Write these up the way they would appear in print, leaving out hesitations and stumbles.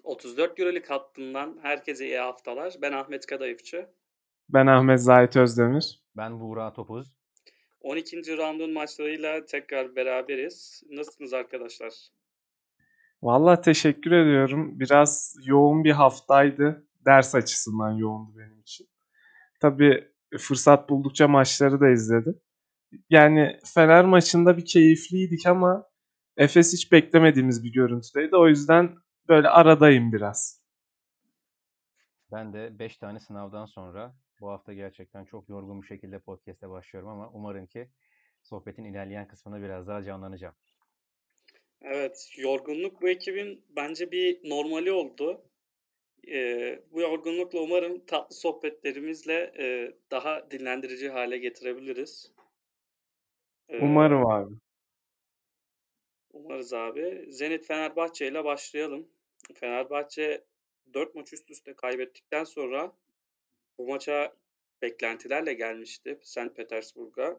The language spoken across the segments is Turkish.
34 Euroleague hattından herkese iyi haftalar. Ben Ahmet Kadayıfçı. Ben Ahmet Zahit Özdemir. Ben Buğra Topuz. 12. roundun maçlarıyla tekrar beraberiz. Nasılsınız arkadaşlar? Vallahi teşekkür ediyorum. Biraz yoğun bir haftaydı. Ders açısından yoğundu benim için. Tabii fırsat buldukça maçları da izledim. Yani Fener maçında bir keyifliydik ama Efes hiç beklemediğimiz bir görüntüdeydi. O yüzden böyle aradayım biraz. Ben de 5 tane sınavdan sonra bu hafta gerçekten çok yorgun bir şekilde podcast'e başlıyorum ama umarım ki sohbetin ilerleyen kısmında biraz daha canlanacağım. Evet, yorgunluk bu ekibin bence bir normali oldu. Bu yorgunlukla umarım tatlı sohbetlerimizle daha dinlendirici hale getirebiliriz. Ee, Umarım abi. Umarız abi. Zenit Fenerbahçe ile başlayalım. Fenerbahçe 4 maç üst üste kaybettikten sonra bu maça beklentilerle gelmişti St. Petersburg'a.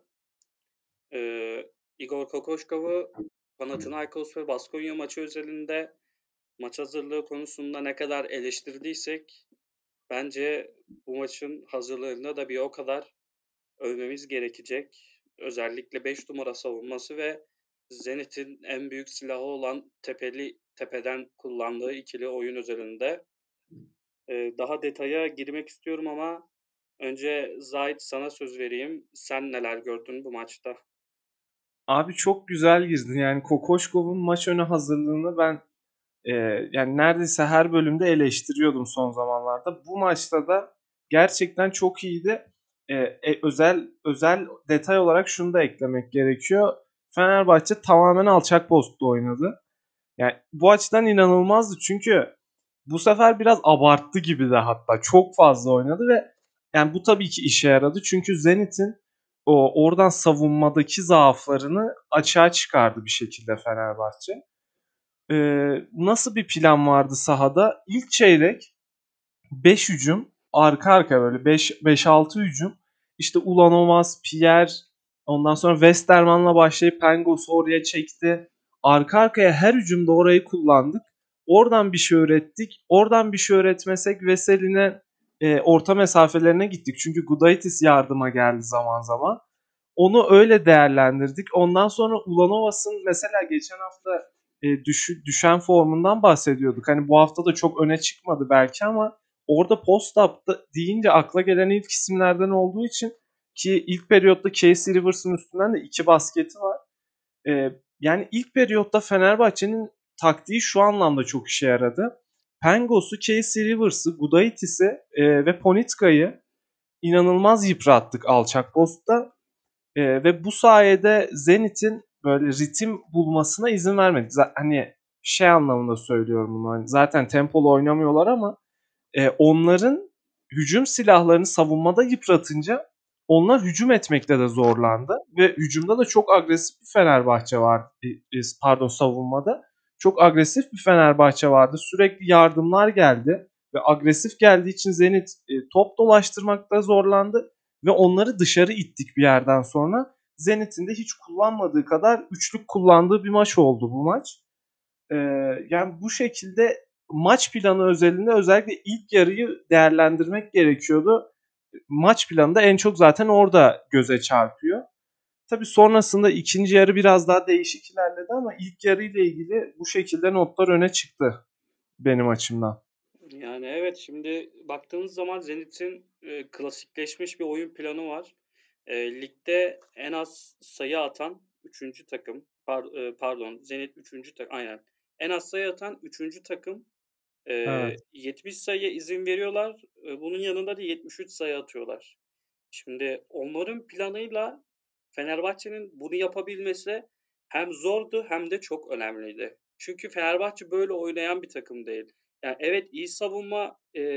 Igor Kokoşkov'u Panathinaikos ve Baskonya maçı özelinde maç hazırlığı konusunda ne kadar eleştirdiysek bence bu maçın hazırlığında da bir o kadar övmemiz gerekecek. Özellikle 5 numara savunması ve Zenit'in en büyük silahı olan tepeden kullandığı ikili oyun özelinde. Daha detaya girmek istiyorum ama önce Zahit sana söz vereyim. Sen neler gördün bu maçta? Abi çok güzel girdin. Yani Kokoşkov'un maç önü hazırlığını ben yani neredeyse her bölümde eleştiriyordum son zamanlarda. Bu maçta da gerçekten çok iyiydi. Özel detay olarak şunu da eklemek gerekiyor. Fenerbahçe tamamen alçak postta oynadı. Yani bu açıdan inanılmazdı çünkü bu sefer biraz abarttı gibi de hatta çok fazla oynadı ve yani bu tabii ki işe yaradı. Çünkü Zenit'in oradan savunmadaki zaaflarını açığa çıkardı bir şekilde Fenerbahçe. Nasıl bir plan vardı sahada? İlk çeyrek 5 hücum arka arka böyle 5-6 hücum. İşte Ulanovas, Pierre, ondan sonra Westerman'la başlayıp Pangos'u oraya çekti. Arka arkaya her hücumda orayı kullandık. Oradan bir şey öğrettik. Oradan bir şey öğretmesek Veseli'ne orta mesafelerine gittik. Çünkü Gudaitis yardıma geldi zaman zaman. Onu öyle değerlendirdik. Ondan sonra Ulanovas'ın mesela geçen hafta düşen formundan bahsediyorduk. Hani bu hafta da çok öne çıkmadı belki ama orada post-up deyince akla gelen ilk isimlerden olduğu için ki ilk periyotta Casey Rivers'ın üstünden de 2 basketi var. Yani ilk periyotta Fenerbahçe'nin taktiği şu anlamda çok işe yaradı. Pangos'u, Casey Rivers'ı, Gudaitis'i ve Ponitka'yı inanılmaz yıprattık alçak postta. Ve bu sayede Zenit'in böyle ritim bulmasına izin vermedik. Hani şey anlamında söylüyorum bunu. Hani zaten tempolu oynamıyorlar ama onların hücum silahlarını savunmada yıpratınca onlar hücum etmekte de zorlandı. Ve hücumda da çok agresif bir Fenerbahçe vardı. Pardon, savunmada. Çok agresif bir Fenerbahçe vardı. Sürekli yardımlar geldi. Ve agresif geldiği için Zenit top dolaştırmakta zorlandı. Ve onları dışarı ittik bir yerden sonra. Zenit'in de hiç kullanmadığı kadar üçlük kullandığı bir maç oldu bu maç. Ee, Yani bu şekilde maç planı özelinde özellikle ilk yarıyı değerlendirmek gerekiyordu. Maç planı da en çok zaten orada göze çarpıyor. Tabii sonrasında ikinci yarı biraz daha değişik ilerledi ama ilk yarı ile ilgili bu şekilde notlar öne çıktı benim açımdan. Yani evet, şimdi baktığınız zaman Zenit'in klasikleşmiş bir oyun planı var. Ligde en az sayı atan üçüncü takım, pardon, Zenit üçüncü takım, aynen. En az sayı atan üçüncü takım. Evet. 70 sayıya izin veriyorlar. Bunun yanında da 73 sayı atıyorlar. Şimdi onların planıyla Fenerbahçe'nin bunu yapabilmesi hem zordu hem de çok önemliydi. Çünkü Fenerbahçe böyle oynayan bir takım değil. Yani evet, iyi savunma.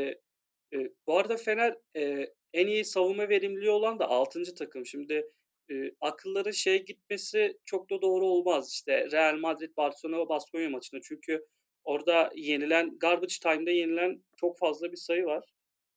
Bu arada Fener en iyi savunma verimliliği olan da 6. takım. Şimdi akılları gitmesi çok da doğru olmaz. İşte Real Madrid, Barcelona ve Baskonya maçında. Çünkü orada yenilen, garbage time'da yenilen çok fazla bir sayı var.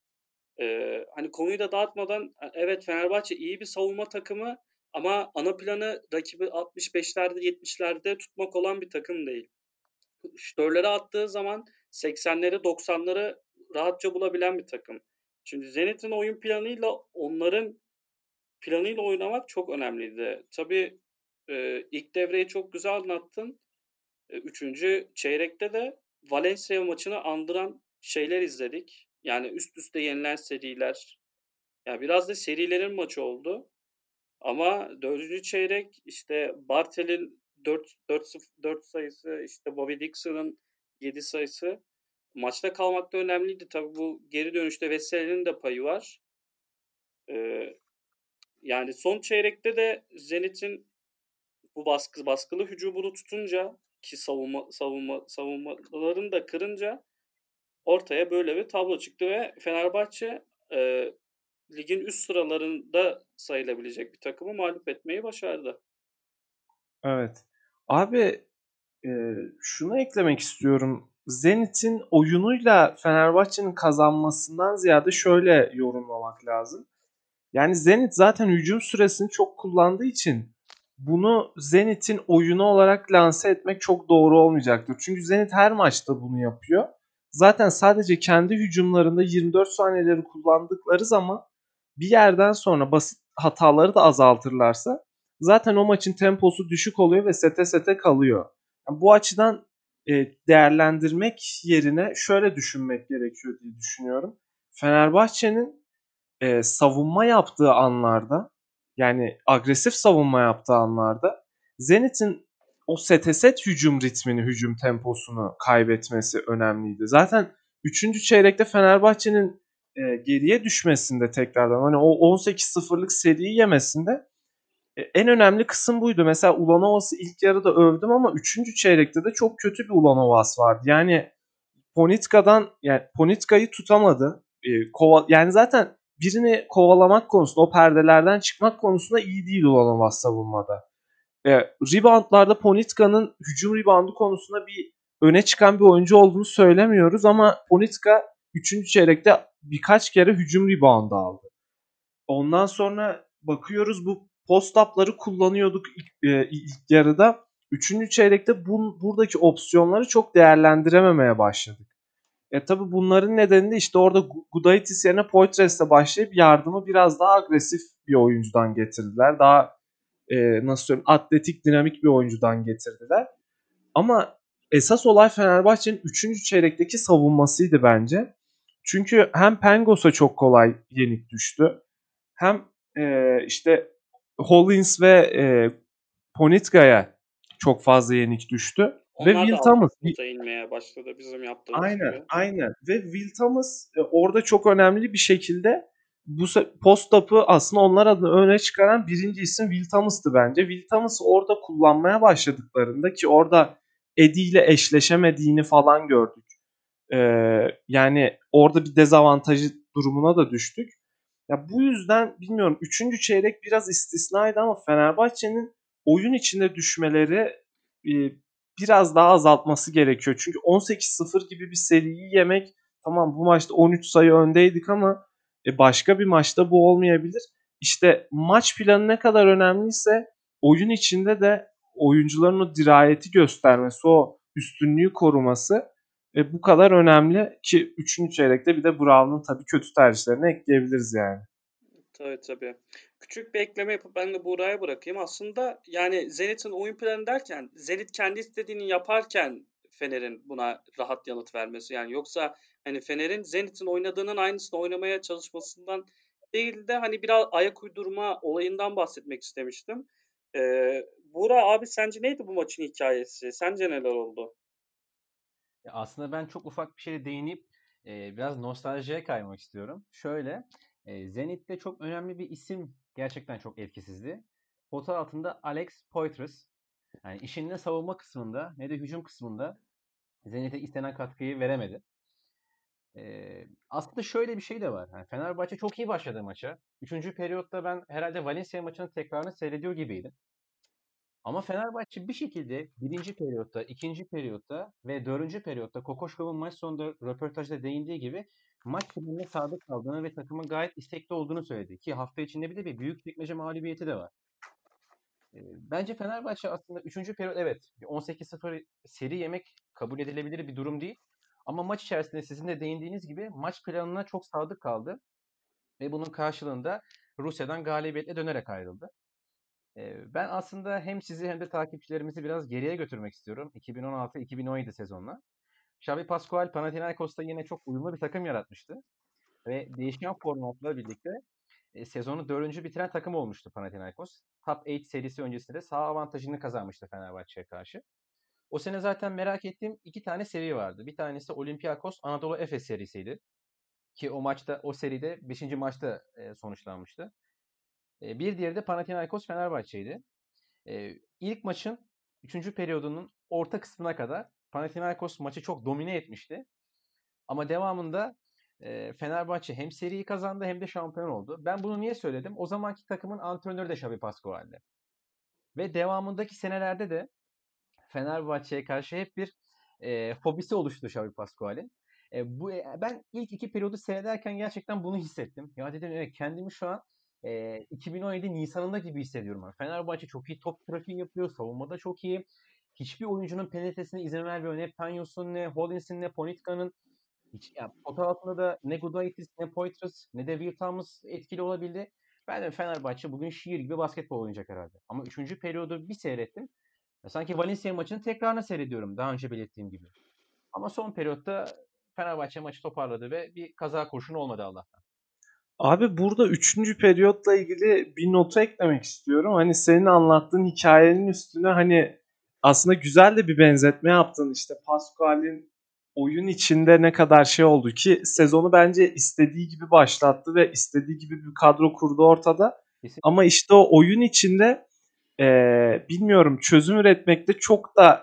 Hani konuyu da dağıtmadan, evet Fenerbahçe iyi bir savunma takımı ama ana planı rakibi 65'lerde 70'lerde tutmak olan bir takım değil. Şutörleri attığı zaman 80'leri 90'ları rahatça bulabilen bir takım. Şimdi Zenit'in oyun planıyla onların planıyla oynamak çok önemliydi. Tabii ilk devreyi çok güzel anlattın. Üçüncü çeyrekte de Valencia maçını andıran şeyler izledik. Yani üst üste yenilen seriler. Ya biraz da serilerin maçı oldu. Ama dördüncü çeyrek işte Bartel'in 4 sayısı, işte Bobby Dixon'ın 7 sayısı maçta kalmakta önemliydi. Tabii bu geri dönüşte Veseli'nin de payı var. Ee, Yani son çeyrekte de Zenit'in bu baskılı hücumunu tutunca ki savunmalarını da kırınca ortaya böyle bir tablo çıktı ve Fenerbahçe ligin üst sıralarında sayılabilecek bir takımı mağlup etmeyi başardı. Evet. Abi şunu eklemek istiyorum. Zenit'in oyunuyla Fenerbahçe'nin kazanmasından ziyade şöyle yorumlamak lazım. Yani Zenit zaten hücum süresini çok kullandığı için bunu Zenit'in oyunu olarak lanse etmek çok doğru olmayacaktır. Çünkü Zenit her maçta bunu yapıyor. Zaten sadece kendi hücumlarında 24 saniyeleri kullandıkları zaman bir yerden sonra basit hataları da azaltırlarsa zaten o maçın temposu düşük oluyor ve sete sete kalıyor. Yani bu açıdan değerlendirmek yerine şöyle düşünmek gerekiyor diye düşünüyorum. Fenerbahçe'nin savunma yaptığı anlarda, yani agresif savunma yaptığı anlarda Zenit'in o sete set hücum ritmini, hücum temposunu kaybetmesi önemliydi. Zaten 3. çeyrekte Fenerbahçe'nin geriye düşmesinde tekrardan hani o 18-0'lık seriyi yemesinde en önemli kısım buydu. Mesela Ulanovas'ı ilk yarıda övdüm ama 3. çeyrekte de çok kötü bir Ulanovas vardı. Yani Ponitka'yı tutamadı. Yani zaten birini kovalamak konusunda, o perdelerden çıkmak konusunda iyi değil Ulanovas savunmada. Reboundlarda Ponitka'nın hücum reboundu konusunda bir öne çıkan bir oyuncu olduğunu söylemiyoruz ama Ponitka 3. çeyrekte birkaç kere hücum reboundu aldı. Ondan sonra bakıyoruz bu post-up'ları kullanıyorduk ilk yarıda. 3. çeyrekte buradaki opsiyonları çok değerlendirememeye başladık. Tabi bunların nedeni de işte orada Gudaitis yerine Poitres'le başlayıp yardımı biraz daha agresif bir oyuncudan getirdiler. Daha nasıl söyleyeyim, atletik, dinamik bir oyuncudan getirdiler. Ama esas olay Fenerbahçe'nin 3. çeyrekteki savunmasıydı bence. Çünkü hem Pangos'a çok kolay yenik düştü. Hem işte Hollins ve Ponitka'ya çok fazla yenik düştü. Ve Onlar da Will alt Thomas pota inmeye başladı bizim yaptığımız aynen, gibi. aynen. Ve Will Thomas orada çok önemli bir şekilde bu post-up'ı aslında onlar adına öne çıkaran birinci isim Will Thomas'tı bence. Will Thomas'ı orada kullanmaya başladıklarında ki orada Eddie ile eşleşemediğini falan gördük. Yani orada bir dezavantajı durumuna da düştük. Ya bu yüzden bilmiyorum, üçüncü çeyrek biraz istisnaydı ama Fenerbahçe'nin oyun içinde düşmeleri e, biraz daha azaltması gerekiyor. Çünkü 18-0 gibi bir seriyi yemek, tamam bu maçta 13 sayı öndeydik ama başka bir maçta bu olmayabilir. İşte maç planı ne kadar önemliyse oyun içinde de oyuncuların o dirayeti göstermesi, o üstünlüğü koruması bu kadar önemli ki 3. çeyrekte bir de Brown'un tabii kötü tercihlerini ekleyebiliriz yani. Tabii tabii. Küçük bir ekleme yapıp ben de Buğra'ya bırakayım. Aslında yani Zenit'in oyun planı derken Zenit kendi istediğini yaparken Fener'in buna rahat yanıt vermesi. Yani yoksa hani Fener'in Zenit'in oynadığının aynısını oynamaya çalışmasından değil de hani biraz ayak uydurma olayından bahsetmek istemiştim. Buğra abi sence neydi bu maçın hikayesi? Sence neler oldu? Ya aslında ben çok ufak bir şeye değinip biraz nostaljiye kaymak istiyorum. Şöyle, Zenit'te çok önemli bir isim gerçekten çok etkisizdi. Pota altında Alex Poitras. Yani işin ne savunma kısmında ne de hücum kısmında Zenit'e istenen katkıyı veremedi. Aslında şöyle bir şey de var. Yani Fenerbahçe çok iyi başladı maça. Üçüncü periyotta ben herhalde Valencia maçının tekrarını seyrediyor gibiydim. Ama Fenerbahçe bir şekilde birinci periyotta, ikinci periyotta ve dördüncü periyotta Kokoşkov'un maç sonunda röportajda değindiği gibi maç planına sadık kaldığını ve takımın gayet istekli olduğunu söyledi. Ki hafta içinde bir de bir Büyükçekmece mağlubiyeti de var. Bence Fenerbahçe aslında üçüncü periyot evet 18-0 seri yemek kabul edilebilir bir durum değil. Ama maç içerisinde sizin de değindiğiniz gibi maç planına çok sadık kaldı ve bunun karşılığında Rusya'dan galibiyetle dönerek ayrıldı. Ben aslında hem sizi hem de takipçilerimizi biraz geriye götürmek istiyorum 2016-2017 sezonuna. Xavi Pascual Panathinaikos'ta yine çok uyumlu bir takım yaratmıştı ve değişken formatla birlikte sezonu 4. bitiren takım olmuştu Panathinaikos. Top 8 serisi öncesinde saha avantajını kazanmıştı Fenerbahçe'ye karşı. O sene zaten merak ettiğim 2 tane seri vardı. Bir tanesi Olympiakos Anadolu Efes serisiydi. Ki o seride 5. maçta sonuçlanmıştı. Bir diğeri de Panathinaikos Fenerbahçe'ydi. İlk maçın 3. periyodunun orta kısmına kadar Panathinaikos maçı çok domine etmişti. Ama devamında Fenerbahçe hem seriyi kazandı hem de şampiyon oldu. Ben bunu niye söyledim? O zamanki takımın antrenörü de Xavi Pascual'di. Ve devamındaki senelerde de Fenerbahçe'ye karşı hep bir fobisi oluştu Xavi Pascual'in. Ben ilk 2 periyodu seyrederken gerçekten bunu hissettim. Ya dedim evet kendimi şu an 2017 Nisan'ında gibi hissediyorum. Yani Fenerbahçe çok iyi top trafiği yapıyor. Savunmada çok iyi. Hiçbir oyuncunun penetresine izin vermiyor. Ne Panyos'un, ne Hollins'in, ne Ponitka'nın. Hiç, ya, pota altında da ne Gudaitis, ne Poitras, ne de Will Thomas etkili olabildi. Ben de Fenerbahçe bugün şiir gibi basketbol oynayacak herhalde. Ama 3. periyodu bir seyrettim. Sanki Valencia maçının tekrarını seyrediyorum daha önce belirttiğim gibi. Ama son periyotta Fenerbahçe maçı toparladı ve bir kaza kurşunu olmadı Allah'tan. Abi burada 3. periyotla ilgili bir notu eklemek istiyorum. Hani senin anlattığın hikayenin üstüne hani aslında güzel de bir benzetme yaptın. İşte Pascual'in oyun içinde ne kadar şey oldu ki sezonu bence istediği gibi başlattı ve istediği gibi bir kadro kurdu ortada. Kesin. Ama işte o oyun içinde bilmiyorum çözüm üretmekte çok da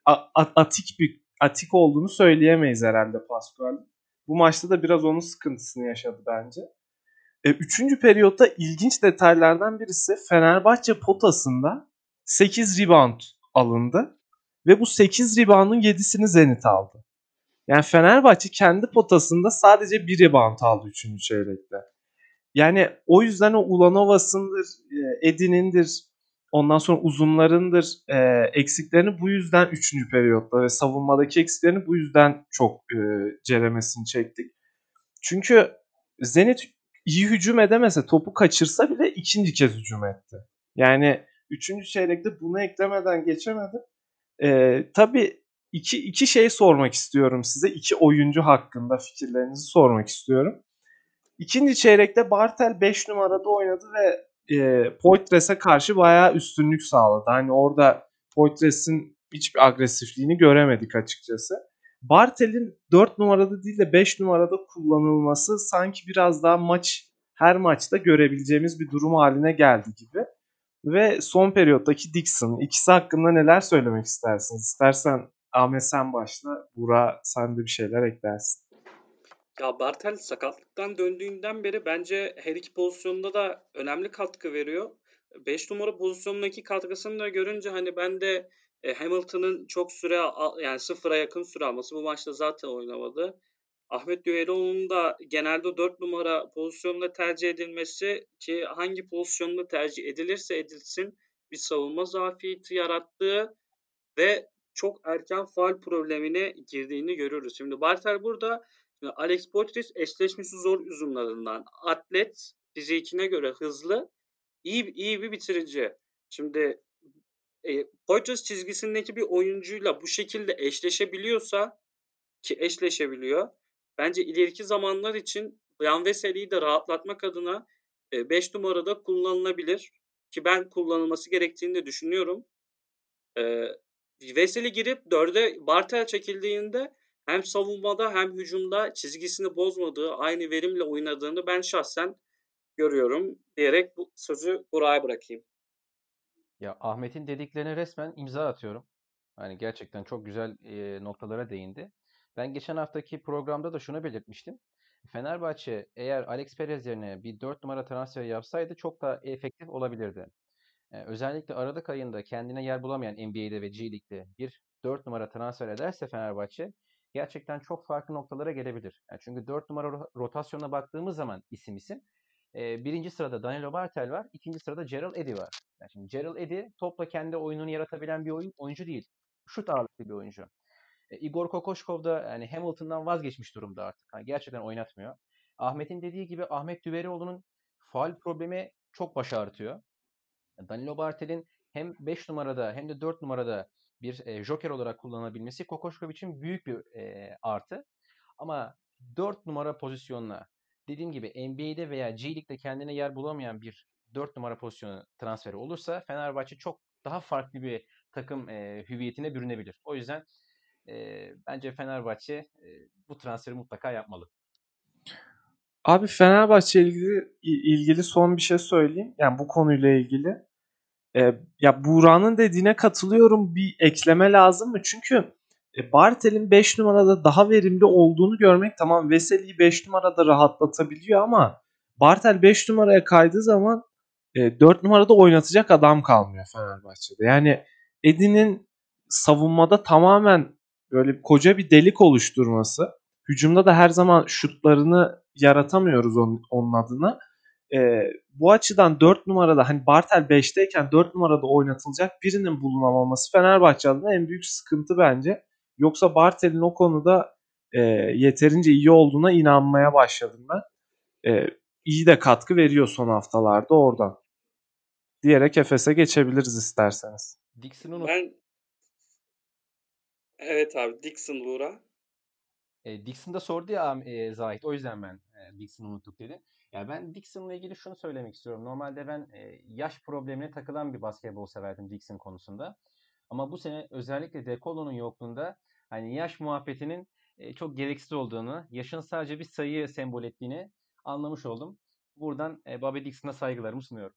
atik olduğunu söyleyemeyiz herhalde Pascual. Bu maçta da biraz onun sıkıntısını yaşadı bence. Üçüncü periyotta ilginç detaylardan birisi Fenerbahçe potasında 8 rebound alındı. Ve bu 8 rebound'un 7'sini Zenit aldı. Yani Fenerbahçe kendi potasında sadece 1 rebound aldı 3. çeyrekte. Yani o yüzden o Ulanova'sındır, Edin'indir, ondan sonra uzunlarındır eksiklerini bu yüzden 3. periyotta ve savunmadaki eksiklerini bu yüzden çok ceremesini çektik. Çünkü Zenit iyi hücum edemese topu kaçırsa bile ikinci kez hücum etti. Yani 3. çeyrekte bunu eklemeden geçemedim. Tabii iki şey sormak istiyorum size. 2 oyuncu hakkında fikirlerinizi sormak istiyorum. İkinci çeyrekte Bartel 5 numarada oynadı ve Poitras'a karşı bayağı üstünlük sağladı. Hani orada Poitras'ın hiçbir agresifliğini göremedik açıkçası. Bartel'in 4 numarada değil de 5 numarada kullanılması sanki biraz daha her maçta görebileceğimiz bir durum haline geldi gibi. Ve son periyottaki Dixon. İkisi hakkında neler söylemek istersiniz? İstersen Ahmet sen başla. Burak sen de bir şeyler eklersin. Ya Bartel sakatlıktan döndüğünden beri bence her iki pozisyonda da önemli katkı veriyor. 5 numara pozisyonundaki katkısını da görünce hani ben de Hamilton'ın çok yani sıfıra yakın süre alması, bu maçta zaten oynamadı. Ahmet Düelloğlu'nun da genelde 4 numara pozisyonunda tercih edilmesi, ki hangi pozisyonda tercih edilirse edilsin bir savunma zafiyeti yarattığı ve çok erken faul problemine girdiğini görüyoruz. Şimdi Bartel burada, Alex Poitras eşleşmesi zor uzunlarından. Atlet, fizikine göre hızlı, iyi bir bitirici. Şimdi Poitras çizgisindeki bir oyuncuyla bu şekilde eşleşebiliyorsa, ki eşleşebiliyor, bence ileriki zamanlar için Yan Veseli'yi de rahatlatmak adına 5 numarada kullanılabilir. Ki ben kullanılması gerektiğini de düşünüyorum. Veseli girip 4'e Bartel çekildiğinde hem savunmada hem hücumda çizgisini bozmadığı, aynı verimle oynadığını ben şahsen görüyorum diyerek bu sözü Burak'a bırakayım. Ya Ahmet'in dediklerine resmen imza atıyorum. Hani gerçekten çok güzel noktalara değindi. Ben geçen haftaki programda da şunu belirtmiştim. Fenerbahçe eğer Alex Perez yerine bir 4 numara transferi yapsaydı çok daha efektif olabilirdi. Özellikle Aralık ayında kendine yer bulamayan NBA'de ve G League'de bir 4 numara transfer ederse Fenerbahçe gerçekten çok farklı noktalara gelebilir. Yani çünkü 4 numara rotasyona baktığımız zaman isim birinci sırada Danilo Bartel var, ikinci sırada Gerald Edey var. Yani şimdi Gerald Edey topla kendi oyununu yaratabilen bir oyuncu değil. Şut ağırlıklı bir oyuncu. Igor Kokoşkov da yani Hamilton'dan vazgeçmiş durumda artık. Hani gerçekten oynatmıyor. Ahmet'in dediği gibi Ahmet Düverioğlu'nun faul problemi çok baş ağrıtıyor. Danilo Bartel'in hem 5 numarada hem de 4 numarada bir joker olarak kullanabilmesi Kokoşkov için büyük bir artı. Ama 4 numara pozisyonuna dediğim gibi NBA'de veya G League'de kendine yer bulamayan bir 4 numara pozisyonu transferi olursa Fenerbahçe çok daha farklı bir takım hüviyetine bürünebilir. O yüzden bence Fenerbahçe bu transferi mutlaka yapmalı. Abi Fenerbahçe ilgili son bir şey söyleyeyim. Yani bu konuyla ilgili. Ya Buğra'nın dediğine katılıyorum. Bir ekleme lazım mı? Çünkü Bartel'in 5 numarada daha verimli olduğunu görmek, tamam Veseli'yi 5 numarada rahatlatabiliyor ama Bartel 5 numaraya kaydığı zaman 4 numarada oynatacak adam kalmıyor Fenerbahçe'de. Yani Edin'in savunmada tamamen böyle koca bir delik oluşturması, hücumda da her zaman şutlarını yaratamıyoruz onun adına. Bu açıdan 4 numarada, hani Bartel 5'teyken 4 numarada oynatılacak birinin bulunamaması Fenerbahçe adına en büyük sıkıntı bence. Yoksa Bartel'in o konuda yeterince iyi olduğuna inanmaya başladım ben. İyi de katkı veriyor son haftalarda oradan. Diyerek Efes'e geçebiliriz isterseniz. Dixon'u unut. Ben evet abi, Dixon Lura. Dixon da sordu ya Zahit. O yüzden ben Dixon'u unuttuk dedi. Ya ben Dixon'la ilgili şunu söylemek istiyorum. Normalde ben yaş problemine takılan bir basketbol severdim Dixon konusunda. Ama bu sene özellikle De Colo'nun yokluğunda hani yaş muhabbetinin çok gereksiz olduğunu, yaşın sadece bir sayıyı sembol ettiğini anlamış oldum. Buradan Bobby Dixon'a saygılarımı sunuyorum.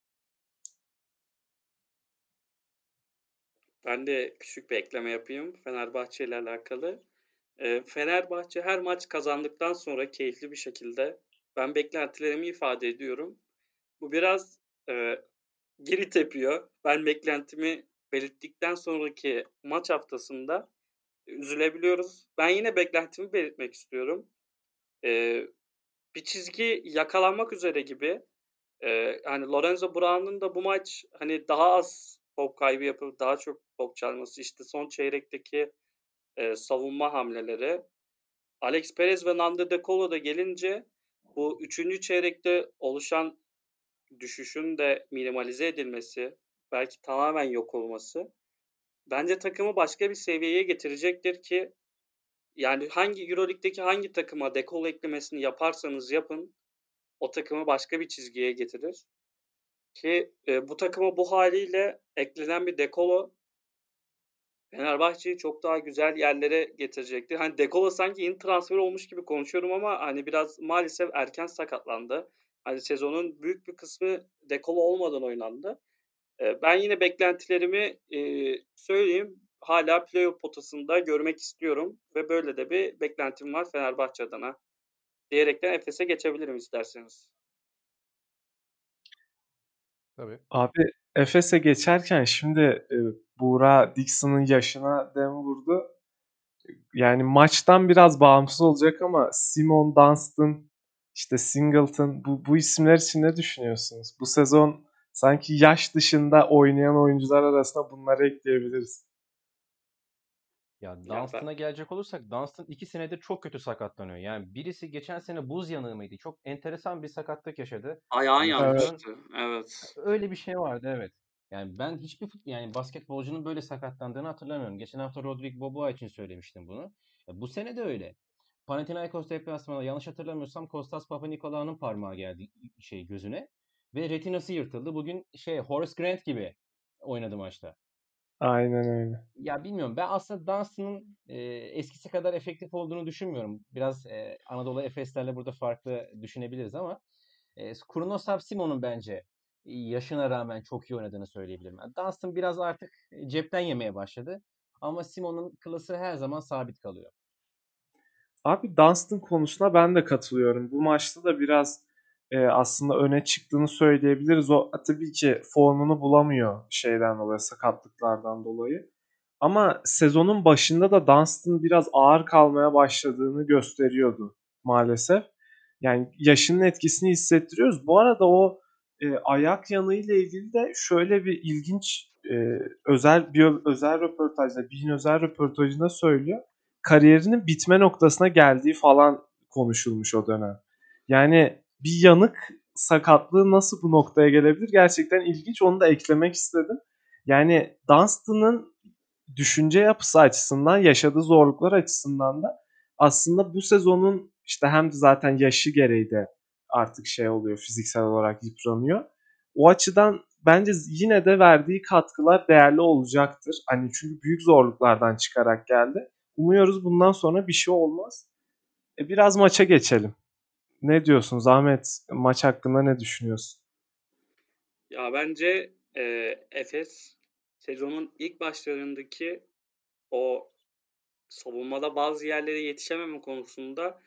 Ben de küçük bir ekleme yapayım Fenerbahçe ile alakalı. Fenerbahçe her maç kazandıktan sonra keyifli bir şekilde ben beklentilerimi ifade ediyorum. Bu biraz geri tepiyor. Ben beklentimi belirttikten sonraki maç haftasında üzülebiliyoruz. Ben yine beklentimi belirtmek istiyorum. Ee, Bir çizgi yakalanmak üzere gibi. Hani Lorenzo Brown'un da bu maç hani daha az top kaybı yapıp daha çok top çalması, işte son çeyrekteki savunma hamleleri. Alex Perez ve Nando De Colo da gelince bu üçüncü çeyrekte oluşan düşüşün de minimalize edilmesi, belki tamamen yok olması bence takımı başka bir seviyeye getirecektir ki yani hangi Euroleague'deki hangi takıma De Colo eklemesini yaparsanız yapın o takımı başka bir çizgiye getirir. Ki bu takıma bu haliyle eklenen bir De Colo Fenerbahçe'yi çok daha güzel yerlere getirecektir. Hani De Colo sanki yeni transfer olmuş gibi konuşuyorum ama hani biraz maalesef erken sakatlandı. Hani sezonun büyük bir kısmı De Colo olmadan oynandı. Ben yine beklentilerimi söyleyeyim. Hala playoff potasında görmek istiyorum ve böyle de bir beklentim var Fenerbahçe adına. Diyerekten Efes'e geçebilirim isterseniz. Tabii. Abi Efes'e geçerken şimdi Buğra Dixon'ın yaşına dem vurdu. Yani maçtan biraz bağımsız olacak ama Simon Dunstan, işte Singleton, bu isimler için ne düşünüyorsunuz? Bu sezon sanki yaş dışında oynayan oyuncular arasında bunları ekleyebiliriz. Ya Ya ben Dunstan'a gelecek olursak Dunstan 2 senedir çok kötü sakatlanıyor. Yani birisi geçen sene buz yanığı mıydı? Çok enteresan bir sakatlık yaşadı. ayağın Hani Evet. sezonun yanmıştı. Evet. öyle bir şey vardı, evet. Yani ben hiçbir yani basketbolcunun böyle sakatlandığını hatırlamıyorum. Geçen hafta Rodrigo Boboa için söylemiştim bunu. Bu sene de öyle. Panathinaikos deplasmanında yanlış hatırlamıyorsam Kostas Papanikolaou'nun parmağı geldi gözüne ve retinası yırtıldı. Bugün Horace Grant gibi oynadı maçta. Aynen öyle. Ya bilmiyorum. Ben aslında Dunstan'ın eskisi kadar efektif olduğunu düşünmüyorum. Biraz Anadolu Efeslerle burada farklı düşünebiliriz ama Krunoslav Simon'un bence yaşına rağmen çok iyi oynadığını söyleyebilirim. Yani Dunstan biraz artık cepten yemeye başladı. Ama Simon'un klası her zaman sabit kalıyor. Abi Dunstan konusuna ben de katılıyorum. Bu maçta da biraz aslında öne çıktığını söyleyebiliriz. O tabii ki formunu bulamıyor şeyden dolayı, sakatlıklardan dolayı. Ama sezonun başında da Dunstan biraz ağır kalmaya başladığını gösteriyordu maalesef. Yani yaşının etkisini hissettiriyoruz. Bu arada o ayak yanıyla ilgili de şöyle bir ilginç özel röportajda, Bein özel röportajında söylüyor. kariyerinin bitme noktasına geldiği falan konuşulmuş o dönem. Yani bir yanık sakatlığı nasıl bu noktaya gelebilir? Gerçekten ilginç. Onu da eklemek istedim. Yani Dunstan'ın düşünce yapısı açısından, yaşadığı zorluklar açısından da aslında bu sezonun işte hem de zaten yaşı gereği de artık şey oluyor, fiziksel olarak yıpranıyor. O açıdan bence yine de verdiği katkılar değerli olacaktır. Hani çünkü büyük zorluklardan çıkarak geldi. Umuyoruz bundan sonra bir şey olmaz. Biraz maça geçelim. Ne diyorsunuz Ahmet? Maç hakkında ne düşünüyorsun? Ya bence Efes sezonun ilk başlarındaki o savunmada bazı yerlere yetişememe konusunda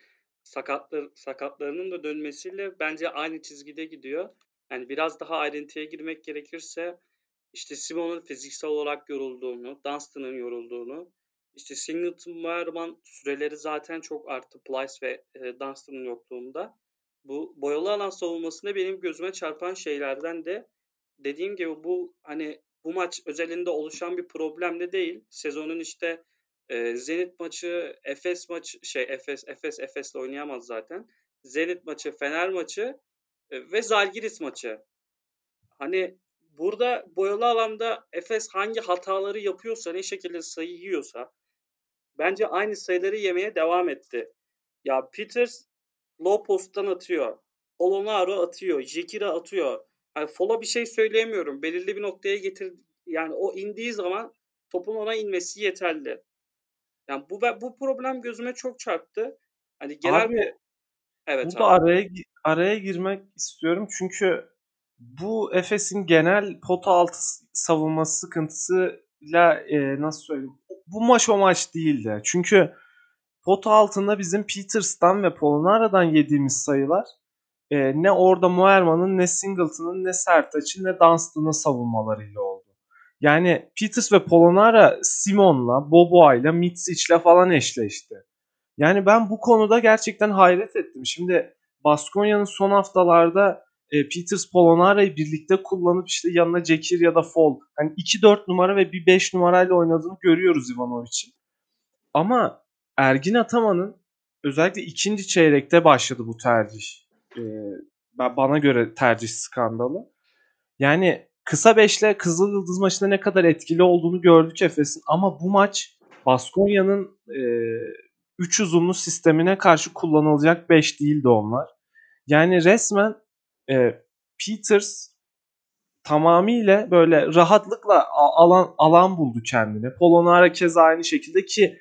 sakatlarının da dönmesiyle bence aynı çizgide gidiyor. Yani biraz daha ayrıntıya girmek gerekirse işte Simon'un fiziksel olarak yorulduğunu, Dunstan'ın yorulduğunu, işte Singleton, Moerman süreleri zaten çok arttı Plyce ve Dunstan'ın yokluğunda. Bu boyalı alan savunmasında benim gözüme çarpan şeylerden de dediğim gibi bu hani bu maç özelinde oluşan bir problem de değil. Sezonun işte Zenit maçı, Efes maçı, Efes'le oynayamaz zaten. Zenit maçı, Fener maçı ve Zalgiris maçı. Hani burada boyalı alanda Efes hangi hataları yapıyorsa, ne şekilde sayı yiyorsa bence aynı sayıları yemeye devam etti. Ya Peters low post'tan atıyor. Polonaro atıyor. Jekira atıyor. Yani Fola bir şey söyleyemiyorum. Belirli bir noktaya getir, yani o indiği zaman topun ona inmesi yeterli. Yani bu problem gözüme çok çarptı. Hani genel Abi bu, evet burada abi. araya girmek istiyorum çünkü bu Efes'in genel pota altı savunması sıkıntısıyla nasıl söyleyeyim? Bu maç o maç değildi. Çünkü pota altında bizim Peters'tan ve Polonara'dan yediğimiz sayılar ne orada Moerman'ın, ne Singleton'ın, ne Sertac'ın, ne Dunstan'ın savunmalarıyla oldu. Yani Peters ve Polonara Simon'la, Boboa'yla, Mitsic'le falan eşleşti. Yani ben bu konuda gerçekten hayret ettim. Şimdi Baskonya'nın son haftalarda Peters Polonara'yı birlikte kullanıp işte yanına Cekir ya da Fall, hani 2-4 numara ve bir 5 numarayla oynadığını görüyoruz Ivanovic'in. Ama Ergin Ataman'ın özellikle ikinci çeyrekte başladı bu tercih. E, Bana göre tercih skandalı. Yani kısa beşle Kızıl Yıldız maçında ne kadar etkili olduğunu gördük Efes'in. Ama bu maç Baskonya'nın 3 uzunlu sistemine karşı kullanılacak 5 değildi onlar. Yani resmen Peters tamamıyla böyle rahatlıkla alan buldu kendini. Polonara keza aynı şekilde ki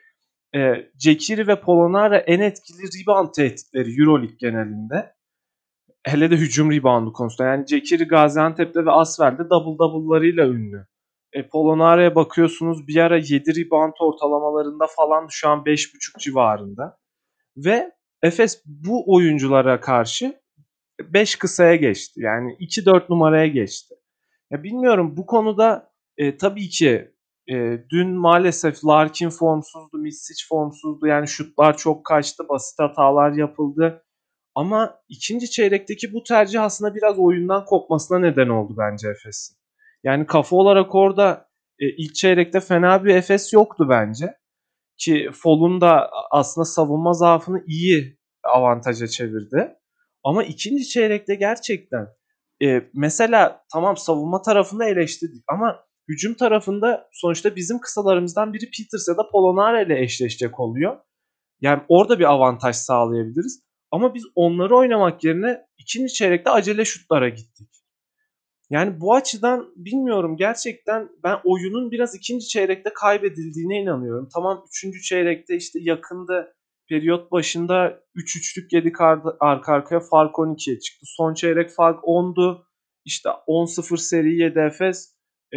Cekiri ve Polonara en etkili rebound tehditleri Euroleague genelinde. Hele de hücum reboundu konusunda. Yani Cekiri Gaziantep'te ve Asvel'de double double'larıyla ünlü. Polonara'ya bakıyorsunuz bir ara 7 rebound ortalamalarında falan, şu an 5.5 civarında. Ve Efes bu oyunculara karşı 5 kısaya geçti. Yani 2-4 numaraya geçti. Ya bilmiyorum bu konuda tabii ki dün maalesef Larkin formsuzdu, Misic formsuzdu. Yani şutlar çok kaçtı, basit hatalar yapıldı. Ama ikinci çeyrekteki bu tercih aslında biraz oyundan kopmasına neden oldu bence Efes'in. Yani kafa olarak orada ilk çeyrekte fena bir Efes yoktu bence. Ki Fall'un da aslında savunma zaafını iyi avantaja çevirdi. Ama ikinci çeyrekte gerçekten mesela tamam savunma tarafında eleştirdik ama hücum tarafında sonuçta bizim kısalarımızdan biri Peters ya da Polonara ile eşleşecek oluyor. Yani orada bir avantaj sağlayabiliriz. Ama biz onları oynamak yerine ikinci çeyrekte acele şutlara gittik. Yani bu açıdan bilmiyorum, gerçekten ben oyunun biraz ikinci çeyrekte kaybedildiğine inanıyorum. Tamam, üçüncü çeyrekte işte yakında periyot başında 3-3'lük yedik arka arkaya, fark 12'ye çıktı. Son çeyrek fark 10'du. İşte 10-0 seri yedi Efes,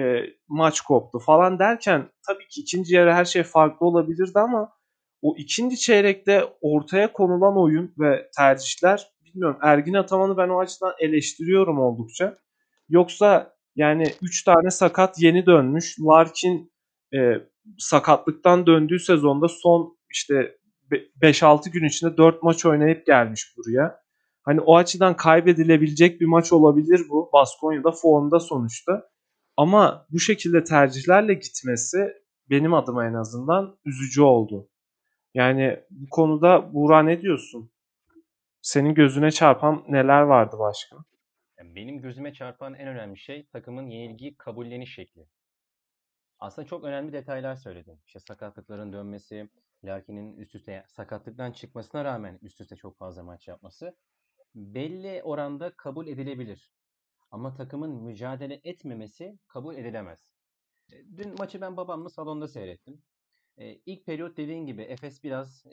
maç koptu falan derken tabii ki ikinci yarı her şey farklı olabilirdi ama o ikinci çeyrekte ortaya konulan oyun ve tercihler, bilmiyorum, Ergin Ataman'ı ben o açıdan eleştiriyorum oldukça. Yoksa yani 3 tane sakat yeni dönmüş. Larkin e, sakatlıktan döndüğü sezonda son işte 5-6 gün içinde 4 maç oynayıp gelmiş buraya. Hani o açıdan kaybedilebilecek bir maç olabilir bu. Baskonya'da formda sonuçta. Ama bu şekilde tercihlerle gitmesi benim adıma en azından üzücü oldu. Yani bu konuda Buğra ne diyorsun? Senin gözüne çarpan neler vardı başka? Yani benim gözüme çarpan en önemli şey takımın yenilgiyi kabulleniş şekli. Aslında çok önemli detaylar söyledin. İşte sakatlıkların dönmesi, Larkin'in üst üste sakatlıktan çıkmasına rağmen üst üste çok fazla maç yapması belli oranda kabul edilebilir. Ama takımın mücadele etmemesi kabul edilemez. Dün maçı ben babamla salonda seyrettim. İlk periyot dediğin gibi Efes biraz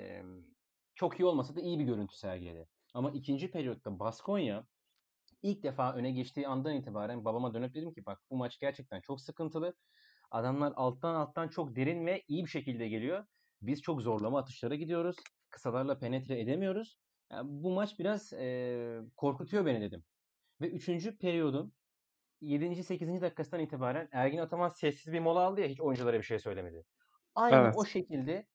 çok iyi olmasa da iyi bir görüntü sergiledi. Ama ikinci periyotta Baskonya ilk defa öne geçtiği andan itibaren babama dönüp dedim ki bak bu maç gerçekten çok sıkıntılı. Adamlar alttan alttan çok derin ve iyi bir şekilde geliyor. Biz çok zorlama atışlara gidiyoruz. Kısalarla penetre edemiyoruz. Yani bu maç biraz korkutuyor beni dedim. Ve üçüncü periyodun 7. 8. dakikasından itibaren Ergin Ataman sessiz bir mola aldı ya hiç oyunculara bir şey söylemedi. Aynı o Evet. şekilde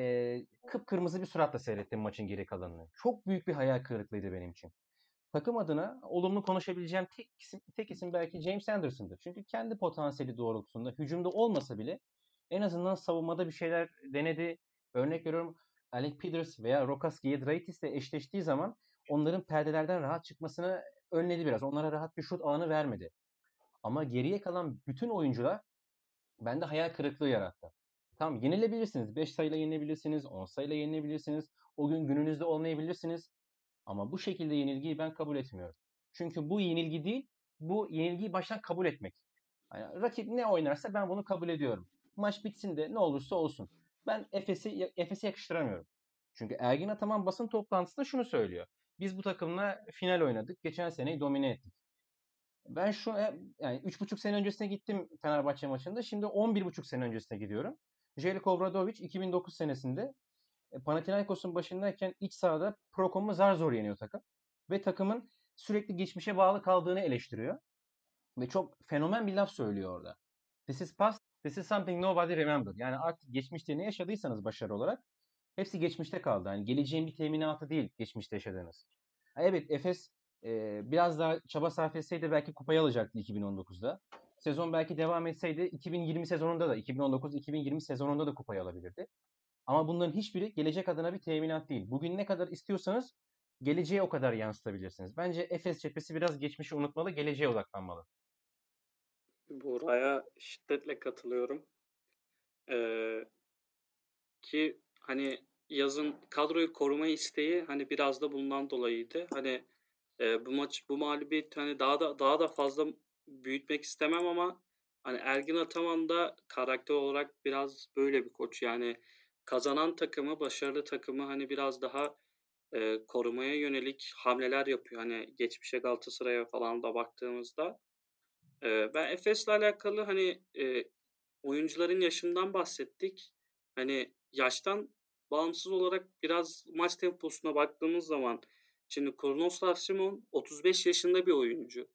kıpkırmızı bir suratla seyrettim maçın geri kalanını. Çok büyük bir hayal kırıklığıydı benim için. Takım adına olumlu konuşabileceğim tek isim belki James Anderson'dır. Çünkü kendi potansiyeli doğrultusunda hücumda olmasa bile en azından savunmada bir şeyler denedi. Örnek veriyorum Alec Peters veya Rokas Giedraitis ile eşleştiği zaman onların perdelerden rahat çıkmasını önledi biraz. Onlara rahat bir şut alanı vermedi. Ama geriye kalan bütün oyuncular bende hayal kırıklığı yarattı. Tamam yenilebilirsiniz. 5 sayıyla yenilebilirsiniz. 10 sayıyla yenilebilirsiniz. O gün gününüzde olmayabilirsiniz. Ama bu şekilde yenilgiyi ben kabul etmiyorum. Çünkü bu yenilgi değil, bu yenilgiyi baştan kabul etmek. Yani rakip ne oynarsa ben bunu kabul ediyorum. Maç bitsin de ne olursa olsun. Ben Efes'e yakıştıramıyorum. Çünkü Ergin Ataman basın toplantısında şunu söylüyor. Biz bu takımla final oynadık. Geçen seneyi domine ettik. Ben yani 3,5 sene öncesine gittim Fenerbahçe maçında. Şimdi 11,5 sene öncesine gidiyorum. Željko Obradović 2009 senesinde Panathinaikos'un başındayken iç sahada Prokom'u zar zor yeniyor takım. Ve takımın sürekli geçmişe bağlı kaldığını eleştiriyor. Ve çok fenomen bir laf söylüyor orada. This is past, this is something nobody remember. Yani artık geçmişte ne yaşadıysanız başarı olarak hepsi geçmişte kaldı. Yani geleceğin bir teminatı değil geçmişte yaşadığınız. Evet Efes biraz daha çaba sarf etseydi belki kupayı alacaktı 2019'da. Sezon belki devam etseydi 2020 sezonunda da 2019-2020 sezonunda da kupayı alabilirdi. Ama bunların hiçbiri gelecek adına bir teminat değil. Bugün ne kadar istiyorsanız geleceğe o kadar yansıtabilirsiniz. Bence Efes cephesi biraz geçmişi unutmalı, geleceğe odaklanmalı. Buraya şiddetle katılıyorum. Eee, ki hani yazın kadroyu koruma isteği hani biraz da bundan dolayıydı. Hani bu mağlubiyet hani daha da fazla büyütmek istemem ama hani Ergin Ataman da karakter olarak biraz böyle bir koç. Yani kazanan takımı, başarılı takımı hani biraz daha korumaya yönelik hamleler yapıyor. Hani geçmişe Galatasaray'a falan da baktığımızda. Ben Efes'le alakalı hani oyuncuların yaşından bahsettik. Hani yaştan bağımsız olarak biraz maç temposuna baktığımız zaman şimdi Kronos Simon 35 yaşında bir oyuncu.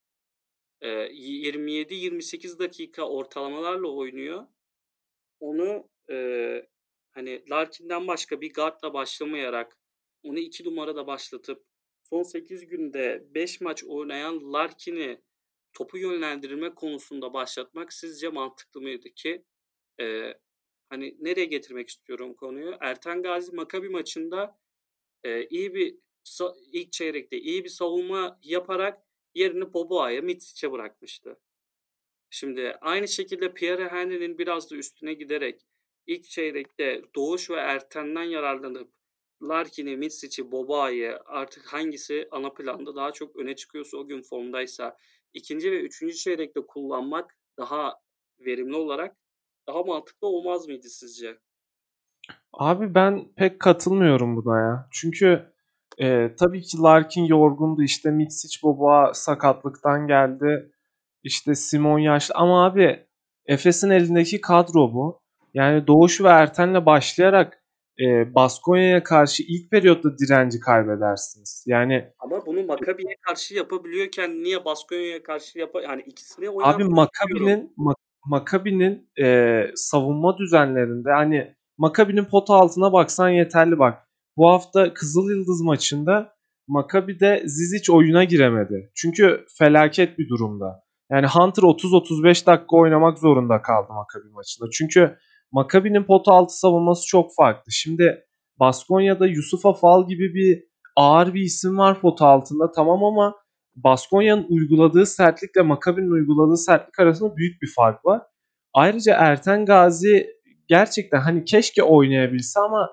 27-28 dakika ortalamalarla oynuyor. Onu hani Larkin'den başka bir guardla başlamayarak onu 2 numarada başlatıp son 8 günde 5 maç oynayan Larkin'i topu yönlendirme konusunda başlatmak sizce mantıklı mıydı ki hani nereye getirmek istiyorum konuyu? Erten Gazi Maccabi maçında iyi bir ilk çeyrekte iyi bir savunma yaparak yerini Boboa'ya, Mitsic'e bırakmıştı. Şimdi aynı şekilde Pierre Henry'nin biraz da üstüne giderek ilk çeyrekte Doğuş ve Erten'den yararlanıp Larkin'i, Mitsic'i, Boboa'yı artık hangisi ana planda daha çok öne çıkıyorsa o gün formdaysa ikinci ve üçüncü çeyrekte kullanmak daha verimli olarak daha mantıklı olmaz mıydı sizce? Abi ben pek katılmıyorum buna ya. Çünkü tabii ki Larkin yorgundu. İşte Mitsic Boboa sakatlıktan geldi. İşte Simon yaşlı. Ama abi Efes'in elindeki kadro bu. Yani Doğuş ve Erten'le başlayarak Baskonya'ya karşı ilk periyotta direnci kaybedersiniz. Yani Ama bunu Maccabi'ye karşı yapabiliyorken niye Baskonya'ya karşı yani ikisini abi oynatmak istiyorum. Maccabi'nin savunma düzenlerinde hani Maccabi'nin pota altına baksan yeterli bak. Bu hafta Kızıl Yıldız maçında Maccabi'de Zizic oyuna giremedi. Çünkü felaket bir durumda. Yani Hunter 30-35 dakika oynamak zorunda kaldı Maccabi maçında. Çünkü Maccabi'nin pota altı savunması çok farklı. Şimdi Baskonya'da Yusuf Afal gibi bir ağır bir isim var pota altında, tamam, ama Baskonya'nın uyguladığı sertlikle Maccabi'nin uyguladığı sertlik arasında büyük bir fark var. Ayrıca Erten Gazi gerçekten hani keşke oynayabilse ama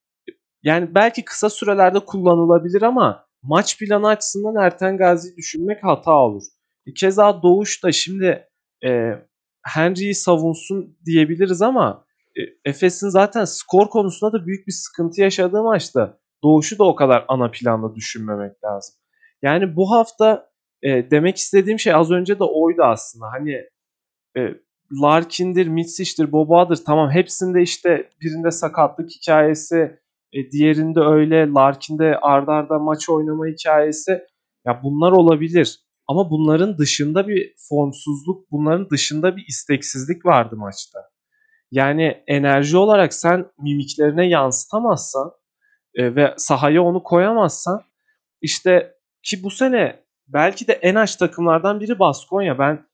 yani belki kısa sürelerde kullanılabilir ama maç planı açısından Erten Gazi'yi düşünmek hata olur. Keza Doğuş da şimdi e, Henry'yi savunsun diyebiliriz ama Efes'in zaten skor konusunda da büyük bir sıkıntı yaşadığı maçta Doğuş'u da o kadar ana planda düşünmemek lazım. Yani bu hafta demek istediğim şey az önce de oydu aslında. Hani e, Larkin'dir, Mitsic'tir, Boba'dır, tamam, hepsinde işte birinde sakatlık hikayesi, diğerinde öyle, Larkin'de arda arda maç oynama hikayesi, ya bunlar olabilir. Ama bunların dışında bir formsuzluk, bunların dışında bir isteksizlik vardı maçta. Yani enerji olarak sen mimiklerine yansıtamazsan ve sahaya onu koyamazsan, işte ki bu sene belki de en aç takımlardan biri Baskonya. Ben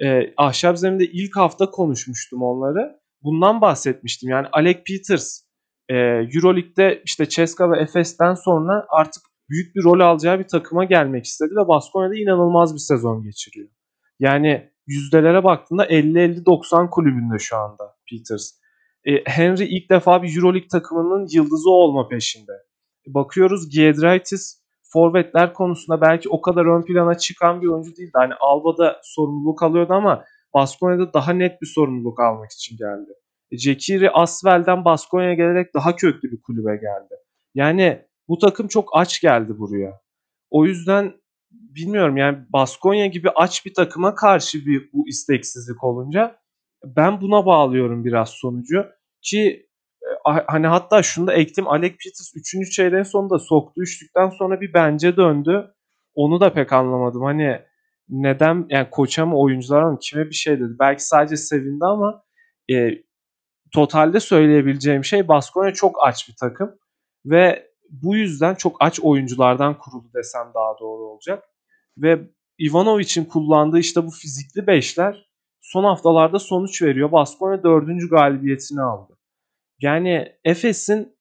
Ahşap Zemin'de ilk hafta konuşmuştum onları. Bundan bahsetmiştim. Yani Alec Peters Euroleague'de işte CSKA ve Efes'ten sonra artık büyük bir rol alacağı bir takıma gelmek istedi ve Baskonya'da inanılmaz bir sezon geçiriyor. Yani yüzdelere baktığında 50-50-90 kulübünde şu anda Peters. Henry ilk defa bir Euroleague takımının yıldızı olma peşinde. Bakıyoruz Giedraitis forvetler konusunda belki o kadar ön plana çıkan bir oyuncu değildi. Hani Alba'da sorumluluk alıyordu ama Baskonya'da daha net bir sorumluluk almak için geldi. Cekiri Asvel'den Baskonya'ya gelerek daha köklü bir kulübe geldi. Yani bu takım çok aç geldi buraya. O yüzden bilmiyorum, yani Baskonya gibi aç bir takıma karşı bu isteksizlik olunca ben buna bağlıyorum biraz sonucu. Ki hani hatta şunu da ektim, Alec Peters 3. çeyreğin sonunda soktu üçlükten sonra bir bence döndü. Onu da pek anlamadım. Hani neden, yani koça mı oyunculara mı kime bir şey dedi. Belki sadece sevindi ama e, totalde söyleyebileceğim şey Baskonya çok aç bir takım ve bu yüzden çok aç oyunculardan kurulu desem daha doğru olacak. Ve Ivanovic'in kullandığı işte bu fizikli beşler son haftalarda sonuç veriyor. Baskonya 4. galibiyetini aldı. Yani Efes'in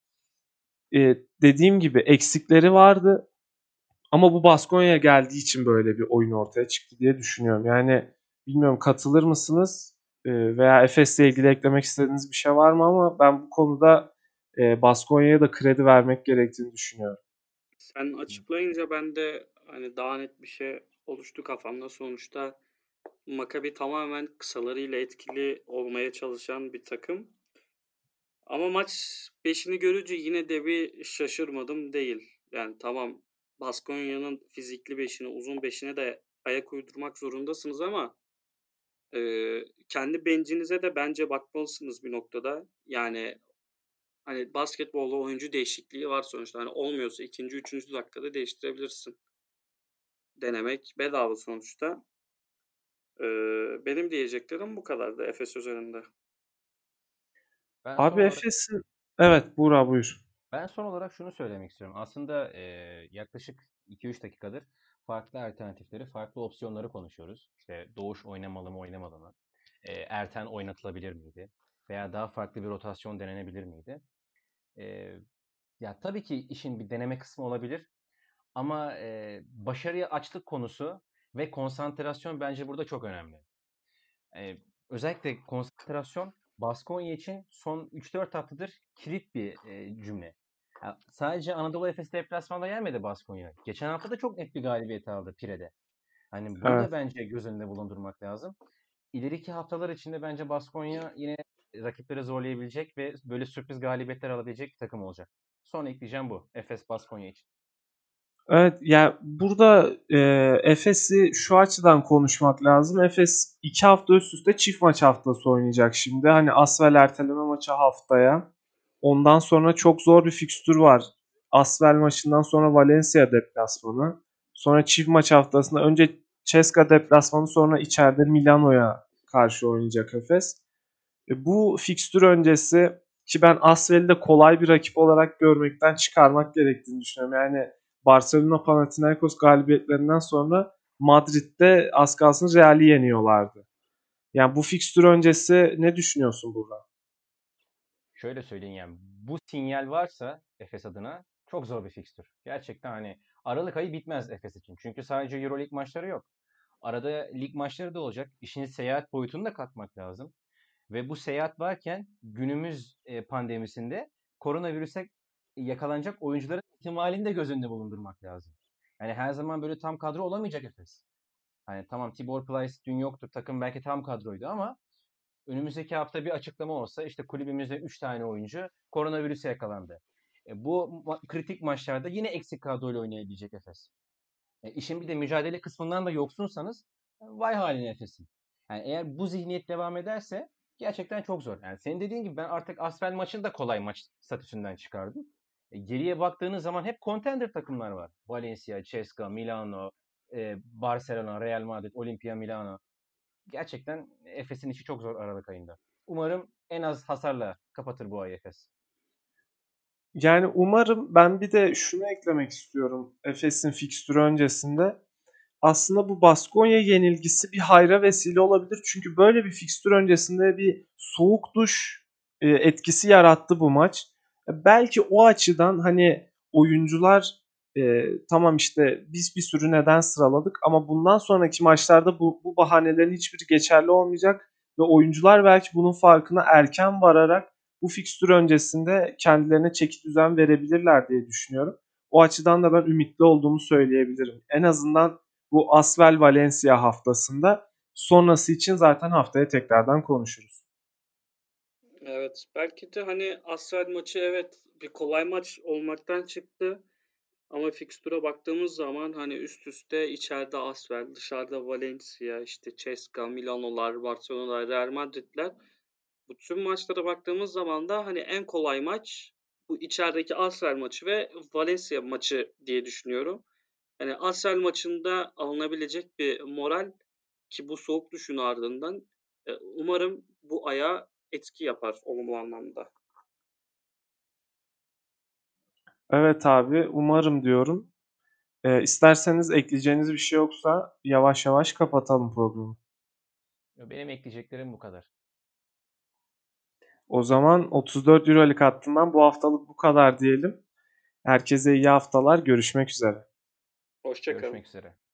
dediğim gibi eksikleri vardı ama bu Baskonya'ya geldiği için böyle bir oyun ortaya çıktı diye düşünüyorum. Yani bilmiyorum, katılır mısınız? Veya Efes'le ilgili eklemek istediğiniz bir şey var mı, ama ben bu konuda Baskonya'ya da kredi vermek gerektiğini düşünüyorum. Sen açıklayınca ben de hani daha net bir şey oluştu kafamda. Sonuçta Maccabi tamamen kısalarıyla etkili olmaya çalışan bir takım. Ama maç 5'ini görünce yine de bir şaşırmadım değil. Yani tamam, Baskonya'nın fizikli 5'ine, uzun 5'ine de ayak uydurmak zorundasınız ama kendi bencinize de bence bakmalısınız bir noktada. Yani hani basketbolda oyuncu değişikliği var sonuçta. Hani olmuyorsa ikinci, üçüncü dakikada değiştirebilirsin. Denemek bedava sonuçta. Benim diyeceklerim bu kadardı Efes üzerinde. Ben son Abi olarak Efes'in, evet, Buğra buyur. Ben son olarak şunu söylemek istiyorum. Aslında yaklaşık 2-3 dakikadır farklı alternatifleri, farklı opsiyonları konuşuyoruz. İşte Doğuş oynamalı mı, oynamalı mı? Erten oynatılabilir miydi? Veya daha farklı bir rotasyon denenebilir miydi? Eee, Ya tabii ki işin bir deneme kısmı olabilir. Ama başarıya açlık konusu ve konsantrasyon bence burada çok önemli. Özellikle konsantrasyon Baskonya için son 3-4 haftadır kilit bir cümle. Ya, sadece Anadolu Efes deplasmanda yenmedi Baskonya. Geçen hafta da çok net bir galibiyet aldı Pire'de. Hani bunu Evet. da bence göz önünde bulundurmak lazım. İleriki haftalar içinde bence Baskonya yine rakipleri zorlayabilecek ve böyle sürpriz galibiyetler alabilecek bir takım olacak. Son ekleyeceğim bu. Efes Baskonya için. Evet, ya burada Efes'i şu açıdan konuşmak lazım. Efes 2 hafta üst üste çift maç haftası oynayacak şimdi. Hani Asvel erteleme maçı haftaya. Ondan sonra çok zor bir fikstür var. Asvel maçından sonra Valencia deplasmanı. Sonra çift maç haftasında önce CSKA deplasmanı, sonra içeride Milano'ya karşı oynayacak Efes. Bu fikstür öncesi, ki ben Asvel'i de kolay bir rakip olarak görmekten çıkarmak gerektiğini düşünüyorum. Yani Barcelona Panathinaikos galibiyetlerinden sonra Madrid'de az kalsın Real'i yeniyorlardı. Yani bu fikstür öncesi ne düşünüyorsun burada? Şöyle söyleyeyim yani bu sinyal varsa Efes adına çok zor bir fikstür. Gerçekten hani Aralık ayı bitmez Efes için. Çünkü sadece EuroLeague maçları yok. Arada lig maçları da olacak. İşin seyahat boyutunu da katmak lazım. Ve bu seyahat varken günümüz pandemisinde koronavirüse yakalanacak oyuncuların ihtimalini de göz önünde bulundurmak lazım. Yani her zaman böyle tam kadro olamayacak Efes. Hani tamam Tibor Plyce dün yoktu. Takım belki tam kadroydu ama önümüzdeki hafta bir açıklama olsa işte kulübümüzde 3 tane oyuncu koronavirüse yakalandı. Bu kritik maçlarda yine eksik kadroyla oynayabilecek Efes. İşin bir de mücadele kısmından da yoksunsanız vay haline Efes'in. Yani eğer bu zihniyet devam ederse gerçekten çok zor. Yani senin dediğin gibi ben artık Asvel maçını da kolay maç statüsünden çıkardım. Geriye baktığınız zaman hep contender takımlar var. Valencia, CSKA, Milano, Barcelona, Real Madrid, Olimpia Milano. Gerçekten Efes'in işi çok zor Aralık ayında. Umarım en az hasarla kapatır bu ay Efes. Yani umarım, ben bir de şunu eklemek istiyorum Efes'in fikstürü öncesinde. Aslında bu Baskonya yenilgisi bir hayra vesile olabilir. Çünkü böyle bir fikstür öncesinde bir soğuk duş etkisi yarattı bu maç. Belki o açıdan hani oyuncular tamam işte biz bir sürü neden sıraladık ama bundan sonraki maçlarda bu bahanelerin hiçbiri geçerli olmayacak ve oyuncular belki bunun farkına erken vararak bu fikstür öncesinde kendilerine çekidüzen verebilirler diye düşünüyorum. O açıdan da ben ümitli olduğumu söyleyebilirim. En azından bu Asvel Valencia haftasında, sonrası için zaten haftaya tekrardan konuşuruz. Evet, belki de hani Asvel maçı evet bir kolay maç olmaktan çıktı. Ama fikstüre baktığımız zaman hani üst üste içeride Asvel, dışarıda Valencia, işte CSKA, Milanolar, Barcelona, Real Madridler. Bu tüm maçlara baktığımız zaman da hani en kolay maç bu içerideki Asvel maçı ve Valencia maçı diye düşünüyorum. Hani Asvel maçında alınabilecek bir moral ki bu soğuk düşün ardından umarım bu aya etki yapar olumlu anlamda. Evet abi, umarım diyorum. İsterseniz ekleyeceğiniz bir şey yoksa yavaş yavaş kapatalım programı. Benim ekleyeceklerim bu kadar. O zaman 34 Euroleague hattından bu haftalık bu kadar diyelim. Herkese iyi haftalar. Görüşmek üzere. Hoşça kalın. Görüşmek üzere.